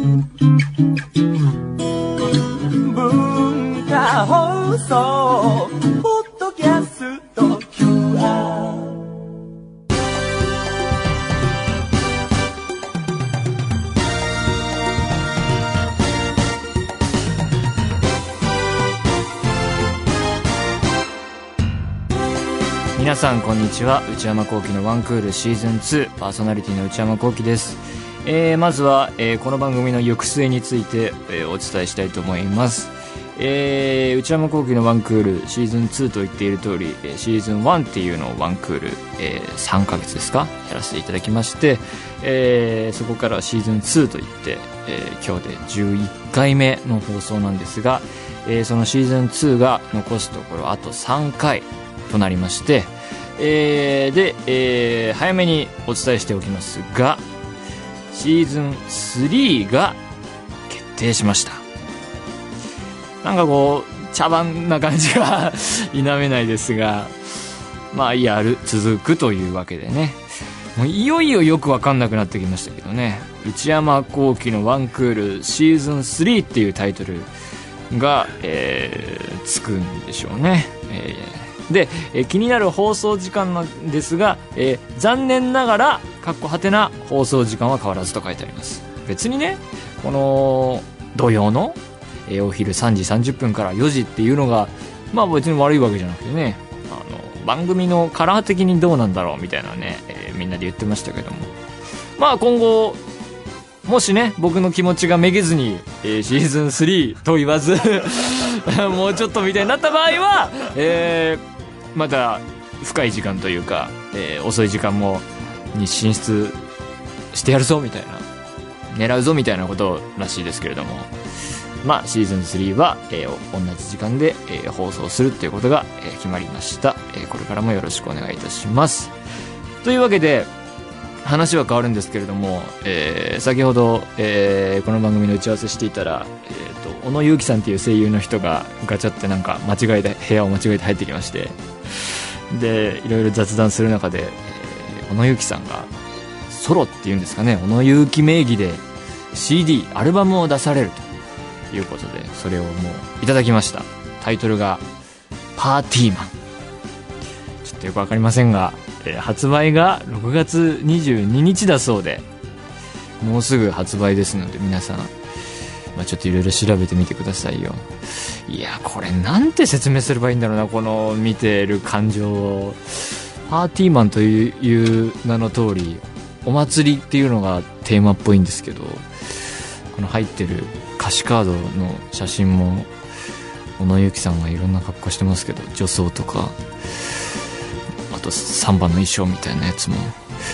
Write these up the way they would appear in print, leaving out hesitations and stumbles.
文化放送ポッドキャスト QR。 皆さんこんにちは。内山聖輝のワンクールシーズン2パーソナリティの内山聖輝です。まずは、この番組の行く末について、お伝えしたいと思います。内山聖輝のワンクールシーズン2と言っている通り、シーズン1っていうのをワンクール、3ヶ月ですかやらせていただきまして、そこからシーズン2といって、今日で11回目の放送なんですが、そのシーズン2が残すところあと3回となりまして、で、早めにお伝えしておきますが、シーズン3が決定しました。なんかこう茶番な感じが否めないですが、まあ続くというわけでね、もういよいよよく分かんなくなってきましたけどね、内山聖輝のワンクールシーズン3っていうタイトルが、つくんでしょうね。で、気になる放送時間なんですが、残念ながら放送時間は変わらずと書いてあります。別にね、この土曜の、お昼3時30分から4時っていうのがまあ別に悪いわけじゃなくてね、番組のカラー的にどうなんだろうみたいなね、みんなで言ってましたけども、まあ今後もしね僕の気持ちがめげずに、シーズン3と言わずもうちょっとみたいになった場合は、また深い時間というか、遅い時間に進出してやるぞみたいな、狙うぞみたいなことらしいですけれども、まあシーズン3は、同じ時間で、放送するっていうことが、決まりました。これからもよろしくお願いいたします。というわけで話は変わるんですけれども、先ほど、この番組の打ち合わせしていたら、小野友樹さんっていう声優の人がガチャってなんか部屋を間違えて入ってきまして、でいろいろ雑談する中で、小野友樹さんがソロっていうんですかね、小野友樹名義で CD アルバムを出されるということで、それをもういただきました。タイトルがパーティーマン。ちょっとよくわかりませんが、発売が6月22日だそうで、もうすぐ発売ですので皆さん、ちょっといろいろ調べてみてくださいよ。いやこれなんて説明すればいいんだろうな、この見てる感情を。パーティーマンという名の通りお祭りっていうのがテーマっぽいんですけど、この入ってる歌詞カードの写真も小野友樹さんがいろんな格好してますけど、女装とかあとサンバの衣装みたいなやつも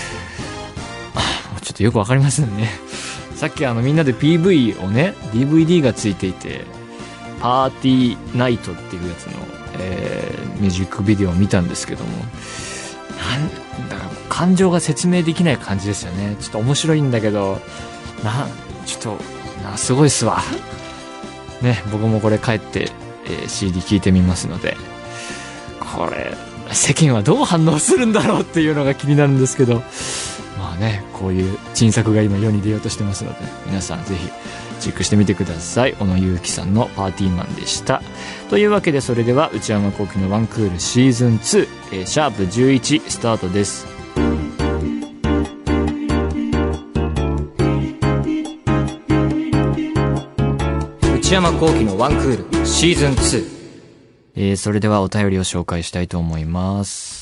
ちょっとよくわかりませんね。さっきみんなで PV をね DVD がついていて、パーティーナイトっていうやつの、ミュージックビデオを見たんですけども、だから感情が説明できない感じですよね。ちょっと面白いんだけどすごいっすわね。僕もこれ帰って、CD 聴いてみますので、これ世間はどう反応するんだろうっていうのが気になるんですけど、まあね、こういう珍作が今世に出ようとしてますので、皆さんぜひチェックしてみてください。小野友樹さんのパーティーマンでした。というわけで、それでは内山聖輝のワンクールシーズン2、シャープ11スタートです。内山聖輝のワンクールシーズン2、それではお便りを紹介したいと思います。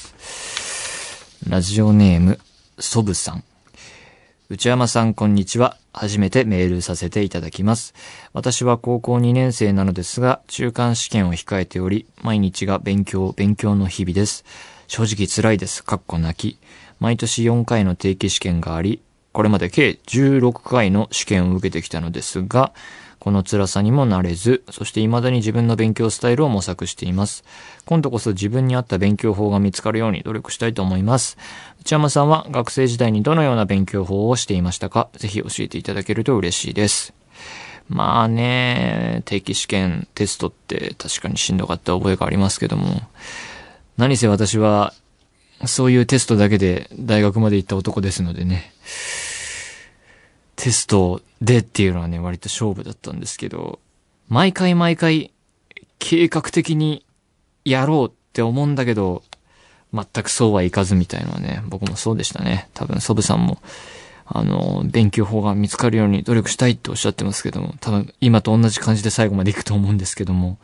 ラジオネームソブさん。内山さんこんにちは。初めてメールさせていただきます。私は高校2年生なのですが、中間試験を控えており、毎日が勉強の日々です。正直辛いです。泣き。毎年4回の定期試験があり、これまで計16回の試験を受けてきたのですが、この辛さにも慣れず、そして未だに自分の勉強スタイルを模索しています。今度こそ自分に合った勉強法が見つかるように努力したいと思います。内山さんは学生時代にどのような勉強法をしていましたか？ぜひ教えていただけると嬉しいです。まあね、定期試験テストって確かにしんどかった覚えがありますけども、何せ私はそういうテストだけで大学まで行った男ですのでね。 テストでっていうのはね、割と勝負だったんですけど、毎回計画的にやろうって思うんだけど、全くそうはいかずみたいなのはね、僕もそうでしたね。多分、ソブさんも、勉強法が見つかるように努力したいっておっしゃってますけども、多分、今と同じ感じで最後までいくと思うんですけども、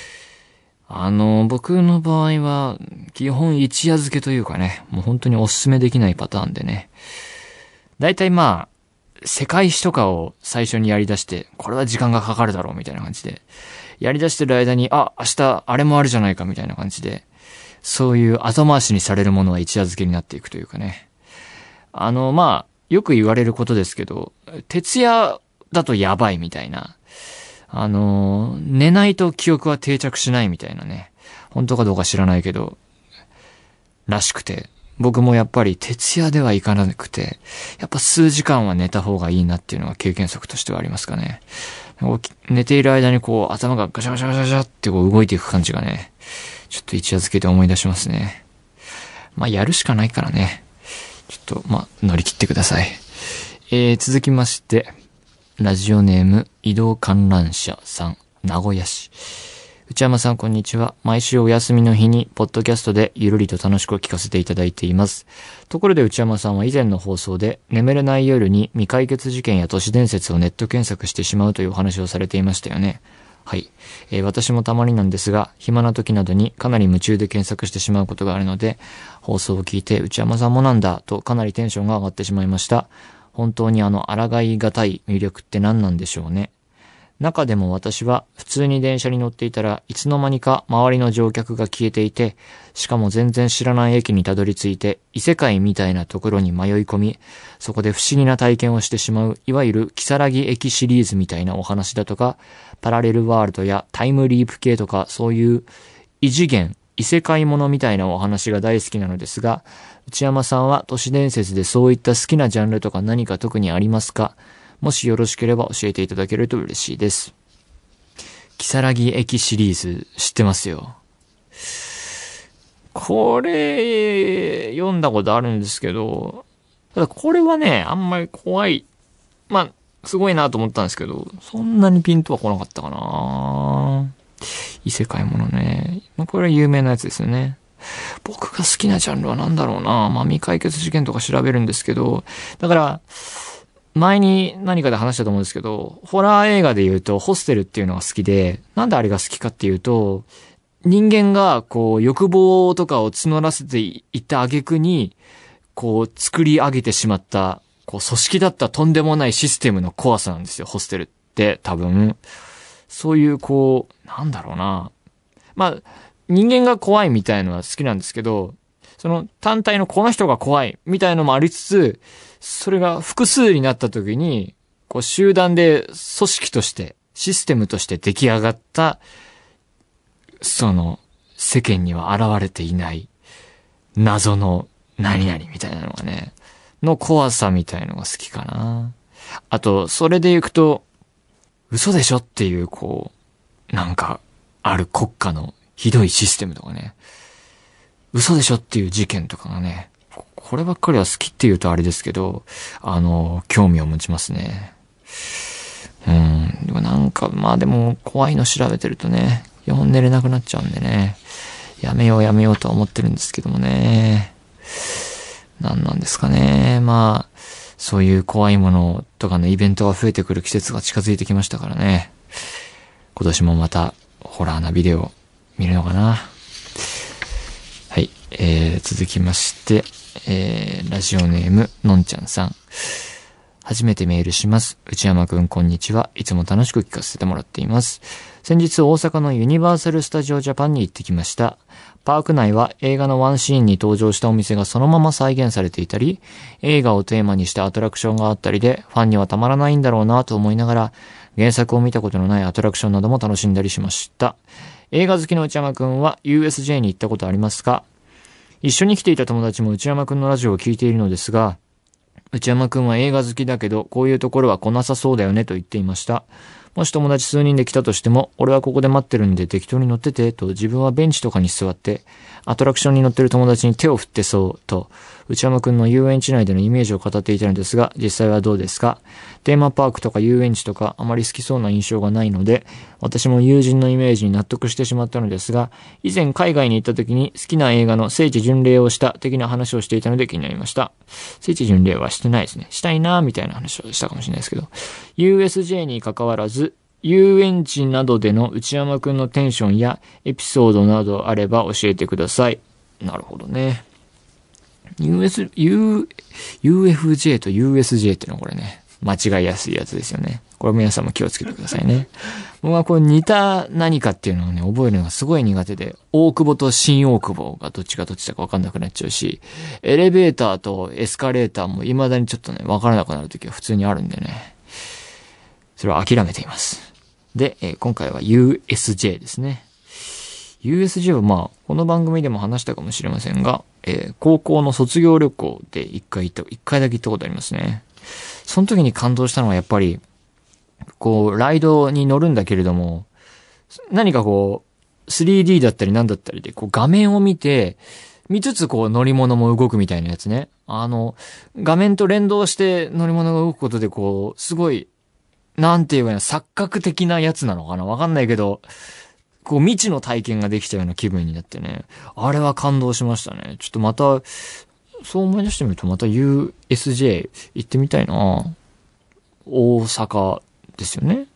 僕の場合は、基本一夜漬けというかね、もう本当におすすめできないパターンでね、だいたいまあ、世界史とかを最初にやり出して、これは時間がかかるだろうみたいな感じで、やり出してる間に、明日あれもあるじゃないかみたいな感じで、そういう後回しにされるものは一夜漬けになっていくというかね。まあ、よく言われることですけど、徹夜だとやばいみたいな。寝ないと記憶は定着しないみたいなね。本当かどうか知らないけど、らしくて。僕もやっぱり徹夜ではいかなくて、やっぱ数時間は寝た方がいいなっていうのが経験則としてはありますかね。寝ている間にこう頭がガシャガシャガシャガシャってこう動いていく感じがね、ちょっと一夜漬けで思い出しますね。まあやるしかないからね。ちょっと乗り切ってください。続きまして、ラジオネーム移動観覧車さん、名古屋市。内山さんこんにちは。毎週お休みの日にポッドキャストでゆるりと楽しく聞かせていただいています。ところで内山さんは以前の放送で眠れない夜に未解決事件や都市伝説をネット検索してしまうというお話をされていましたよね。はい、私もたまになんですが暇な時などにかなり夢中で検索してしまうことがあるので、放送を聞いて内山さんもなんだとかなりテンションが上がってしまいました。本当に抗いがたい魅力って何なんでしょうね。中でも私は普通に電車に乗っていたらいつの間にか周りの乗客が消えていて、しかも全然知らない駅にたどり着いて異世界みたいなところに迷い込み、そこで不思議な体験をしてしまう、いわゆる如月駅シリーズみたいなお話だとか、パラレルワールドやタイムリープ系とか、そういう異次元異世界ものみたいなお話が大好きなのですが、内山さんは都市伝説でそういった好きなジャンルとか何か特にありますか？もしよろしければ教えていただけると嬉しいです。如月駅シリーズ知ってますよ。これ読んだことあるんですけど、ただこれはね、あんまり怖い、すごいなと思ったんですけど、そんなにピンとは来なかったかな。異世界ものね。これは有名なやつですよね。僕が好きなジャンルは何だろうな。未解決事件とか調べるんですけど、だから、前に何かで話したと思うんですけど、ホラー映画で言うとホステルっていうのが好きで、なんであれが好きかっていうと、人間がこう欲望とかを募らせていった挙句に、こう作り上げてしまった、こう組織だったとんでもないシステムの怖さなんですよ、ホステルって多分。そういうこう、なんだろうな。人間が怖いみたいのは好きなんですけど、その単体のこの人が怖いみたいのもありつつ、それが複数になった時に、こう集団で組織として、システムとして出来上がった、その世間には現れていない謎の何々みたいなのがね、の怖さみたいのが好きかな。あと、それでいくと、嘘でしょっていうこう、なんか、ある国家のひどいシステムとかね。嘘でしょっていう事件とかがね、こればっかりは好きって言うとあれですけど、興味を持ちますね。でもなんか、でも怖いの調べてるとね、寝れなくなっちゃうんでね、やめようとは思ってるんですけどもね。なんなんですかね。そういう怖いものとかのイベントが増えてくる季節が近づいてきましたからね。今年もまたホラーなビデオ見るのかな。はい、続きまして、ラジオネームのんちゃんさん。初めてメールします。内山くんこんにちは。いつも楽しく聞かせてもらっています。先日大阪のユニバーサルスタジオジャパンに行ってきました。パーク内は映画のワンシーンに登場したお店がそのまま再現されていたり、映画をテーマにしたアトラクションがあったりで、ファンにはたまらないんだろうなと思いながら、原作を見たことのないアトラクションなども楽しんだりしました。映画好きの内山くんは USJ に行ったことありますか？一緒に来ていた友達も内山くんのラジオを聞いているのですが、内山くんは映画好きだけど、こういうところは来なさそうだよねと言っていました。もし友達数人で来たとしても、俺はここで待ってるんで適当に乗ってて、と自分はベンチとかに座って、アトラクションに乗ってる友達に手を振ってそう、と、 内山くんの遊園地内でのイメージを語っていたのですが、実際はどうですか？テーマパークとか遊園地とかあまり好きそうな印象がないので、私も友人のイメージに納得してしまったのですが、以前海外に行った時に好きな映画の聖地巡礼をした的な話をしていたので気になりました。聖地巡礼はしてないですね。したいなーみたいな話をしたかもしれないですけど、USJ に関わらず、遊園地などでの内山くんのテンションやエピソードなどあれば教えてください。なるほどね。UFJ と USJ ってのはこれね、間違いやすいやつですよね。これ皆さんも気をつけてくださいね。僕はこれ似た何かっていうのをね、覚えるのがすごい苦手で、大久保と新大久保がどっちがどっちだか分かんなくなっちゃうし、エレベーターとエスカレーターも未だにちょっとね、分からなくなるときは普通にあるんでね。それは諦めています。で、今回は USJ ですね。USJ はこの番組でも話したかもしれませんが、高校の卒業旅行で一回だけ行ったことありますね。その時に感動したのはやっぱり、ライドに乗るんだけれども、何か3D だったりなんだったりで、画面を見つつ乗り物も動くみたいなやつね。画面と連動して乗り物が動くことで、すごい、なんていうかな、錯覚的なやつなのかな？わかんないけど、未知の体験ができたような気分になってね。あれは感動しましたね。ちょっとまた、そう思い出してみるとまた USJ 行ってみたいな。大阪ですよね。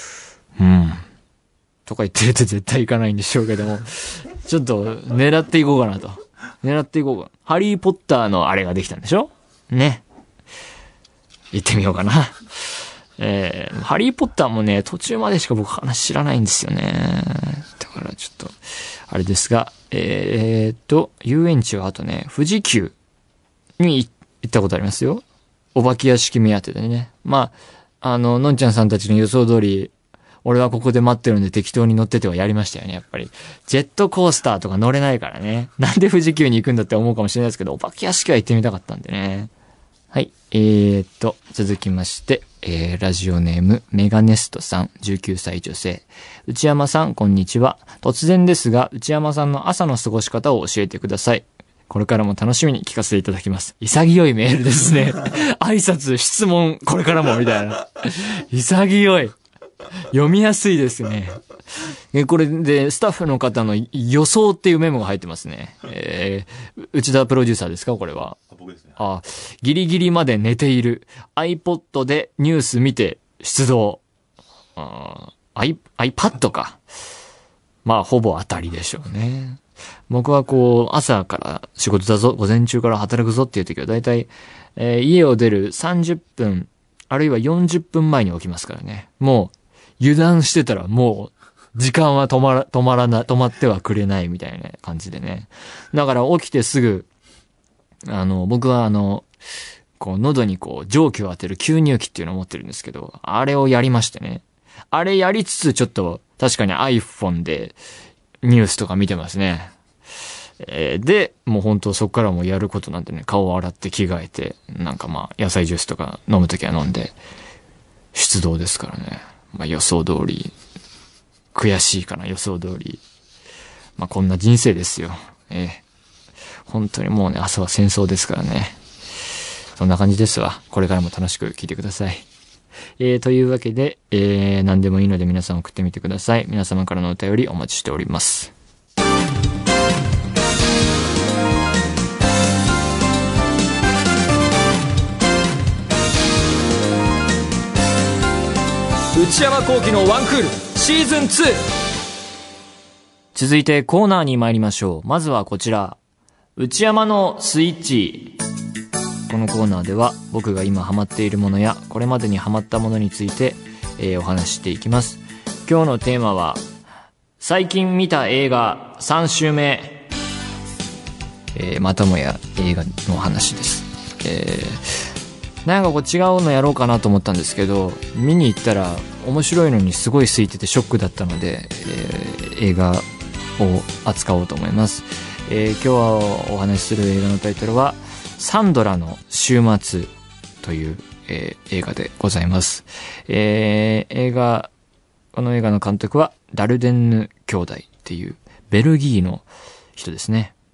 とか言ってると絶対行かないんでしょうけども、ちょっと狙っていこうかなと。ハリーポッターのあれができたんでしょ？ね。行ってみようかな。ハリーポッターもね、途中までしか僕話知らないんですよね。だからちょっと、あれですが、遊園地はあとね、富士急に行ったことありますよ。お化け屋敷目当てでね。のんちゃんさんたちの予想通り、俺はここで待ってるんで適当に乗っててはやりましたよね、やっぱり。ジェットコースターとか乗れないからね。なんで富士急に行くんだって思うかもしれないですけど、お化け屋敷は行ってみたかったんでね。はい。続きまして、ラジオネーム、メガネストさん、19歳女性。内山さん、こんにちは。突然ですが、内山さんの朝の過ごし方を教えてください。これからも楽しみに聞かせていただきます。潔いメールですね。挨拶、質問、これからも、みたいな。潔い。読みやすいですね。これで、スタッフの方の予想っていうメモが入ってますね。内田プロデューサーですかこれは。 僕ですね。 ギリギリまで寝ている。iPod でニュース見て出動。iPad か。ほぼ当たりでしょうね。僕は朝から仕事だぞ、午前中から働くぞっていう時はだいたい、家を出る30分、あるいは40分前に起きますからね。もう、油断してたらもう、時間は止まってはくれないみたいな感じでね。だから起きてすぐ、僕は喉に蒸気を当てる吸入器っていうのを持ってるんですけど、あれをやりましてね。あれやりつつちょっと、確かに iPhone でニュースとか見てますね。で、もう本当そこからもやることなんてね、顔を洗って着替えて、野菜ジュースとか飲むときは飲んで、出動ですからね。予想通り、悔しいかな、予想通り。こんな人生ですよ。本当にもうね、朝は戦争ですからね。そんな感じですわ。これからも楽しく聞いてください。というわけで、何でもいいので皆さん送ってみてください。皆様からのお便りお待ちしております。内山聖輝のワンクールシーズン2。続いてコーナーに参りましょう。まずはこちら。内山のスイッチ。このコーナーでは僕が今ハマっているものやこれまでにハマったものについて、お話ししていきます。今日のテーマは最近見た映画3週目。またもや映画の話です。なんか違うのやろうかなと思ったんですけど、見に行ったら面白いのにすごい空いててショックだったので、映画を扱おうと思います。今日はお話しする映画のタイトルはサンドラの週末という、映画でございます。この映画の監督はダルデンヌ兄弟っていうベルギーの人ですね。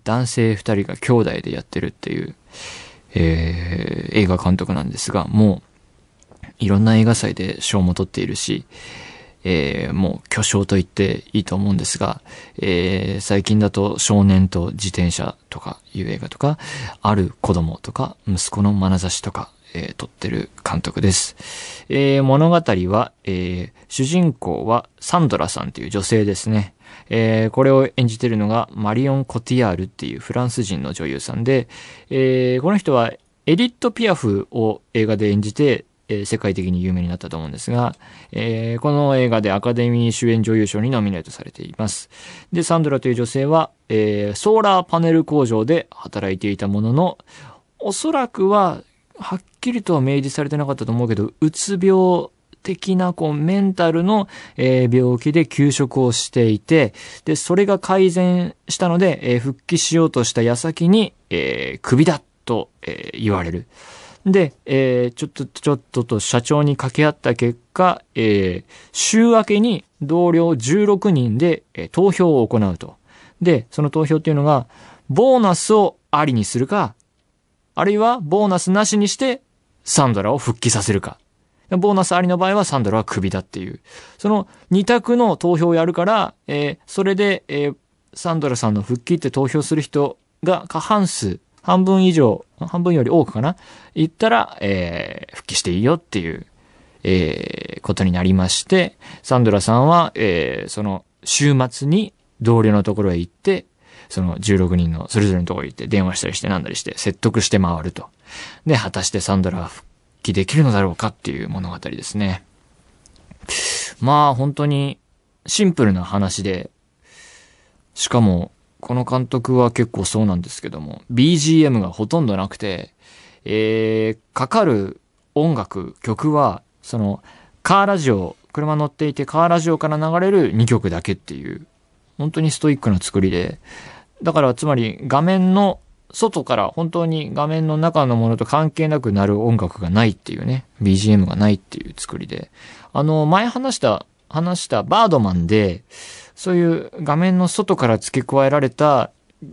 男性2人が兄弟でやってるっていう、映画監督なんですが、もういろんな映画祭で賞も取っているし、もう巨匠と言っていいと思うんですが、最近だと少年と自転車とかいう映画とか、ある子供とか息子の眼差しとか、撮ってる監督です。物語は、主人公はサンドラさんという女性ですね。これを演じているのがマリオン・コティアールっていうフランス人の女優さんで、この人はエディット・ピアフを映画で演じて、世界的に有名になったと思うんですが、この映画でアカデミー主演女優賞にノミネートされています。で、サンドラという女性は、ソーラーパネル工場で働いていたものの、おそらくははっきりとは明示されてなかったと思うけど、うつ病的なメンタルの、病気で休職をしていて、で、それが改善したので、復帰しようとした矢先に、クビだと、言われる。で、ちょっとと社長に掛け合った結果、週明けに同僚16人で、投票を行うと。で、その投票っていうのが、ボーナスをありにするか、あるいはボーナスなしにしてサンドラを復帰させるか。ボーナスありの場合はサンドラはクビだっていう。その2択の投票をやるから、それで、サンドラさんの復帰って投票する人が過半数、半分以上、半分より多くかな言ったら、復帰していいよっていう、ことになりまして、サンドラさんは、その週末に同僚のところへ行って、その16人のそれぞれのところに行って電話したりしてなんだりして説得して回ると。で、果たしてサンドラは復帰できるのだろうかっていう物語ですね。まあ本当にシンプルな話で、しかもこの監督は結構そうなんですけども、BGM がほとんどなくて、かかる音楽、曲は、そのカーラジオ、車乗っていてカーラジオから流れる2曲だけっていう、本当にストイックな作りで、だからつまり画面の外から本当に画面の中のものと関係なくなる音楽がないっていうね、BGM がないっていう作りで、前話したバードマンで、そういう画面の外から付け加えられた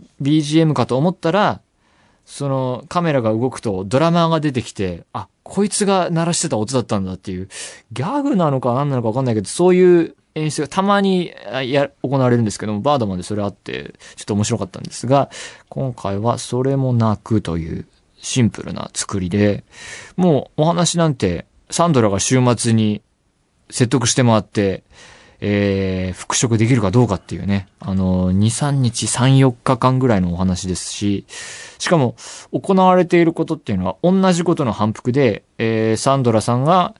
BGM かと思ったら、そのカメラが動くとドラマーが出てきて、あ、こいつが鳴らしてた音だったんだっていう、ギャグなのか何なのか分かんないけど、そういう演出がたまに行われるんですけども、バードマンでそれあって、ちょっと面白かったんですが、今回はそれもなくというシンプルな作りで、もうお話なんて、サンドラが週末に説得して回って、復職できるかどうかっていうね、2、3日、3、4日間ぐらいのお話ですし、しかも行われていることっていうのは同じことの反復で、サンドラさんが、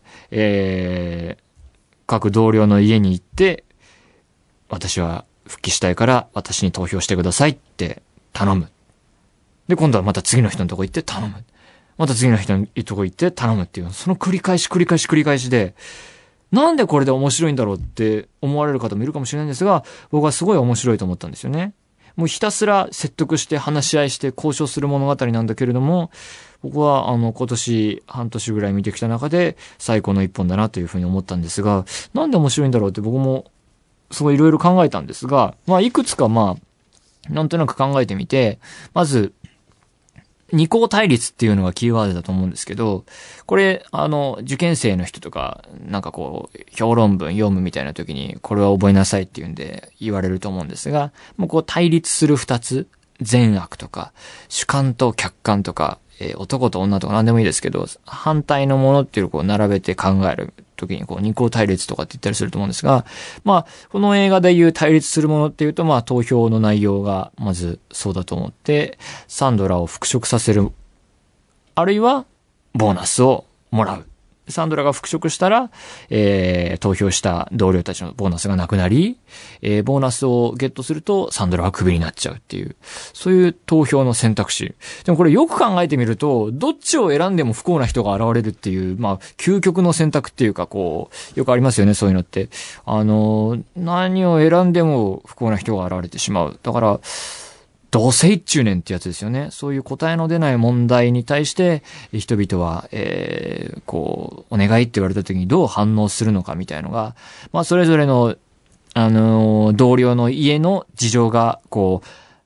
各同僚の家に行って、私は復帰したいから私に投票してくださいって頼む。で、今度はまた次の人のとこ行って頼む。また次の人のとこ行って頼むっていう、その繰り返しで、なんでこれで面白いんだろうって思われる方もいるかもしれないんですが、僕はすごい面白いと思ったんですよね。もうひたすら説得して話し合いして交渉する物語なんだけれども、僕は今年半年ぐらい見てきた中で最高の一本だなというふうに思ったんですが、なんで面白いんだろうって僕もすごいいろいろ考えたんですが、まあいくつかなんとなく考えてみて、まず、二項対立っていうのがキーワードだと思うんですけど、これ、受験生の人とか、評論文読むみたいな時に、これは覚えなさいっていうんで言われると思うんですが、もう対立する二つ、善悪とか、主観と客観とか、男と女とか何でもいいですけど、反対のものっていうのを並べて考える時に二項対立とかって言ったりすると思うんですが、この映画でいう対立するものっていうと、投票の内容がまずそうだと思って、サンドラを復職させる、あるいはボーナスをもらう。サンドラが復職したら、投票した同僚たちのボーナスがなくなり、ボーナスをゲットするとサンドラはクビになっちゃうっていう、そういう投票の選択肢。でもこれよく考えてみると、どっちを選んでも不幸な人が現れるっていう、究極の選択っていうか、よくありますよね、そういうのって。何を選んでも不幸な人が現れてしまう。だから、どうせ一中年ってやつですよね。そういう答えの出ない問題に対して、人々は、お願いって言われた時にどう反応するのかみたいのが、それぞれの、同僚の家の事情が、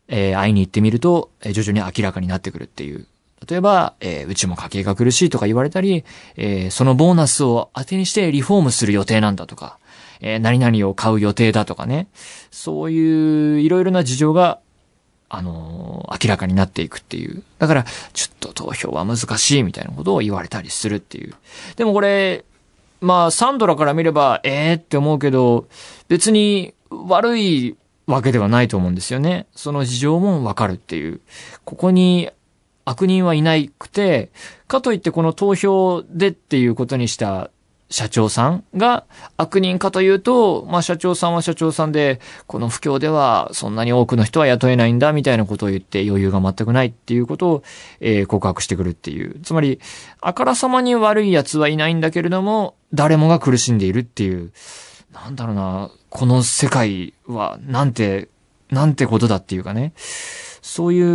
会いに行ってみると、徐々に明らかになってくるっていう。例えば、うちも家計が苦しいとか言われたり、そのボーナスを当てにしてリフォームする予定なんだとか、何々を買う予定だとかね。そういういろいろな事情が、明らかになっていくっていう。だから、ちょっと投票は難しいみたいなことを言われたりするっていう。でもこれ、サンドラから見れば、って思うけど、別に悪いわけではないと思うんですよね。その事情もわかるっていう。ここに悪人はいなくて、かといってこの投票でっていうことにした社長さんが悪人かというと、社長さんは社長さんで、この不況ではそんなに多くの人は雇えないんだみたいなことを言って余裕が全くないっていうことを、告白してくるっていう。つまり、あからさまに悪い奴はいないんだけれども、誰もが苦しんでいるっていう。なんだろうな、この世界はなんてことだっていうかね。そういう、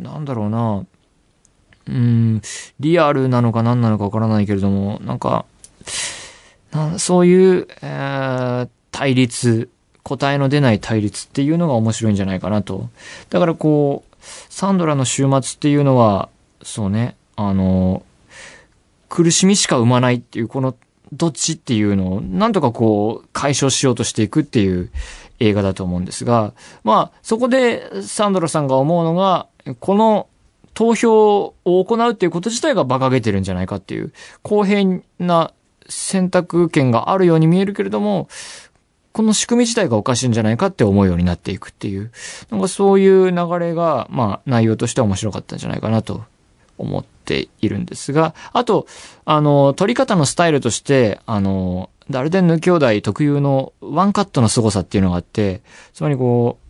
なんだろうな、リアルなのか何なのかわからないけれども、そういう、対立、答えの出ない対立っていうのが面白いんじゃないかなと。だからサンドラの週末っていうのは、そうね、苦しみしか生まないっていう、このどっちっていうのを、なんとか解消しようとしていくっていう映画だと思うんですが、そこでサンドラさんが思うのが、この投票を行うっていうこと自体が馬鹿げてるんじゃないかっていう、公平な選択権があるように見えるけれども、この仕組み自体がおかしいんじゃないかって思うようになっていくっていう、そういう流れが、内容としては面白かったんじゃないかなと思っているんですが、あと、撮り方のスタイルとして、ダルデンヌ兄弟特有のワンカットの凄さっていうのがあって、つまり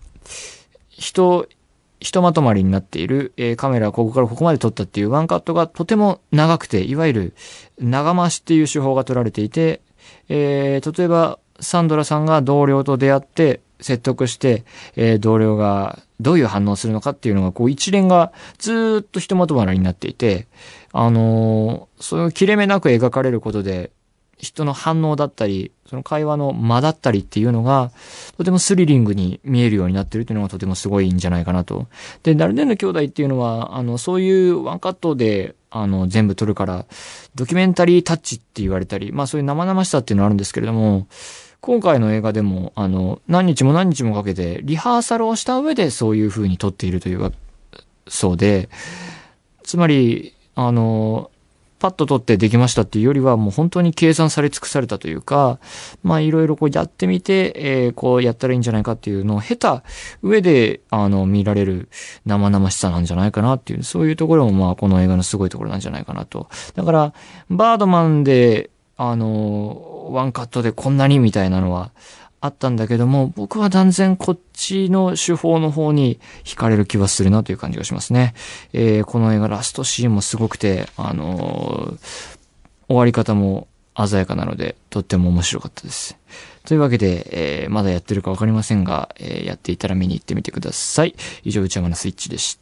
ひとまとまりになっている、カメラここからここまで撮ったっていうワンカットがとても長くて、いわゆる長回しっていう手法が取られていて、例えばサンドラさんが同僚と出会って説得して、同僚がどういう反応するのかっていうのが一連がずーっとひとまとまりになっていて、そういう切れ目なく描かれることで、人の反応だったり、その会話の間だったりっていうのが、とてもスリリングに見えるようになってるっていうのがとてもすごいんじゃないかなと。で、ダルデンヌ兄弟っていうのは、そういうワンカットで、全部撮るから、ドキュメンタリータッチって言われたり、そういう生々しさっていうのはあるんですけれども、今回の映画でも、何日も何日もかけて、リハーサルをした上でそういう風に撮っているというそうで、つまり、パッと撮ってできましたっていうよりはもう本当に計算され尽くされたというか、いろいろやってみて、やったらいいんじゃないかっていうのを経た上で、見られる生々しさなんじゃないかなっていう、そういうところもこの映画のすごいところなんじゃないかなと。だから、バードマンで、ワンカットでこんなにみたいなのはあったんだけども、僕は断然こっちの手法の方に惹かれる気はするなという感じがしますね。この映画ラストシーンもすごくて、終わり方も鮮やかなので、とっても面白かったです。というわけで、まだやってるかわかりませんが、やっていたら見に行ってみてください。以上、内山のスイッチでした。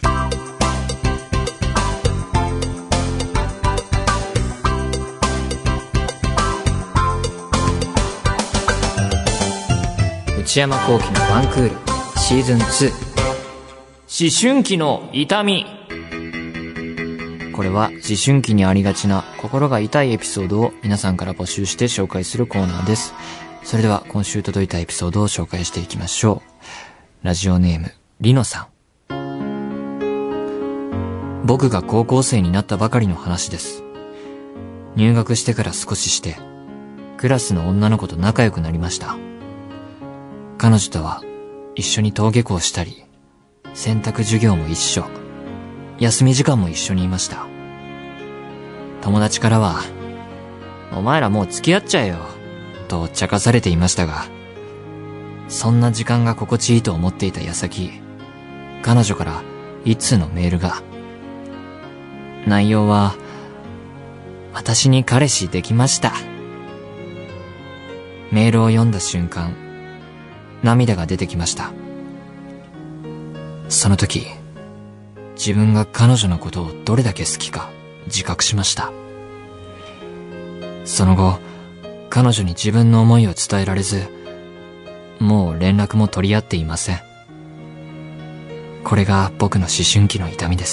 内山聖輝のワンクールシーズン2、思春期の痛み。これは思春期にありがちな心が痛いエピソードを皆さんから募集して紹介するコーナーです。それでは今週届いたエピソードを紹介していきましょう。ラジオネームリノさん。僕が高校生になったばかりの話です。入学してから少ししてクラスの女の子と仲良くなりました。彼女とは一緒に登下校したり、選択授業も一緒、休み時間も一緒にいました。友達からは、お前らもう付き合っちゃえよ、と茶化されていましたが、そんな時間が心地いいと思っていた矢先、彼女から一通のメールが。内容は、私に彼氏できました。メールを読んだ瞬間、涙が出てきました。その時、自分が彼女のことをどれだけ好きか自覚しました。その後、彼女に自分の思いを伝えられず、もう連絡も取り合っていません。 これが僕の思春期の痛みです。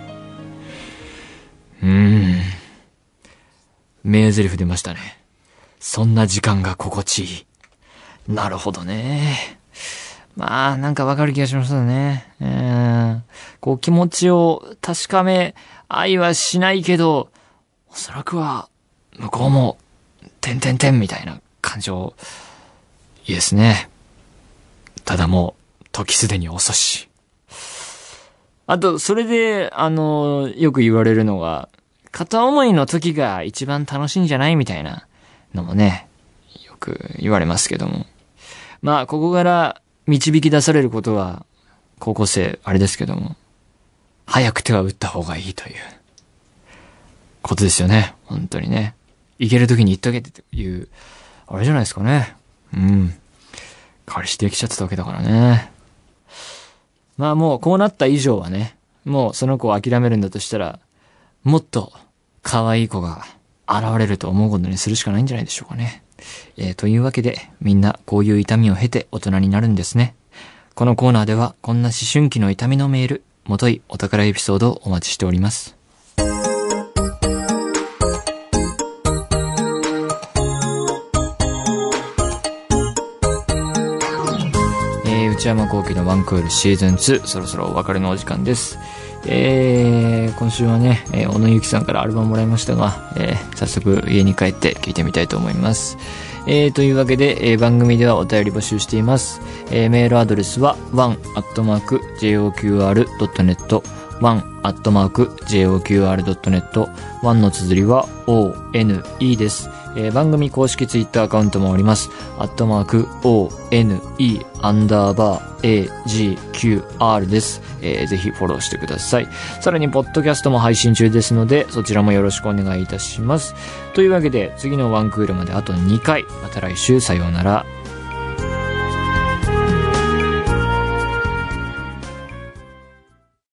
名台詞出ましたね。そんな時間が心地いい。なるほどね。まあ、なんかわかる気がしますよね。こう気持ちを確かめ、愛はしないけど、おそらくは、向こうも、みたいな感情、いいですね。ただもう、時すでに遅し。あと、それで、よく言われるのが、片思いの時が一番楽しいんじゃないみたいなのもね、よく言われますけども。まあ、ここから導き出されることは、高校生、あれですけども、早く手は打った方がいいという、ことですよね。本当にね。行ける時に行っとけっていう、あれじゃないですかね。彼氏できちゃってたわけだからね。まあもうこうなった以上はね、もうその子を諦めるんだとしたら、もっと可愛い子が現れると思うことにするしかないんじゃないでしょうかね。というわけで、みんなこういう痛みを経て大人になるんですね。このコーナーではこんな思春期の痛みのメール、もといお宝エピソードをお待ちしております。内山聖輝のワンクールシーズン2、そろそろお別れのお時間です。今週はね、小野ゆきさんからアルバムもらいましたが、早速家に帰って聴いてみたいと思います。というわけで、番組ではお便り募集しています。メールアドレスは one@joqr.net one@joqr.net 1の綴りは ONE です。番組公式ツイッターアカウントもあります。@ONE_AGQR です。ぜひフォローしてください。さらにポッドキャストも配信中ですので、そちらもよろしくお願いいたします。というわけで、次のワンクールまであと2回。また来週さようなら。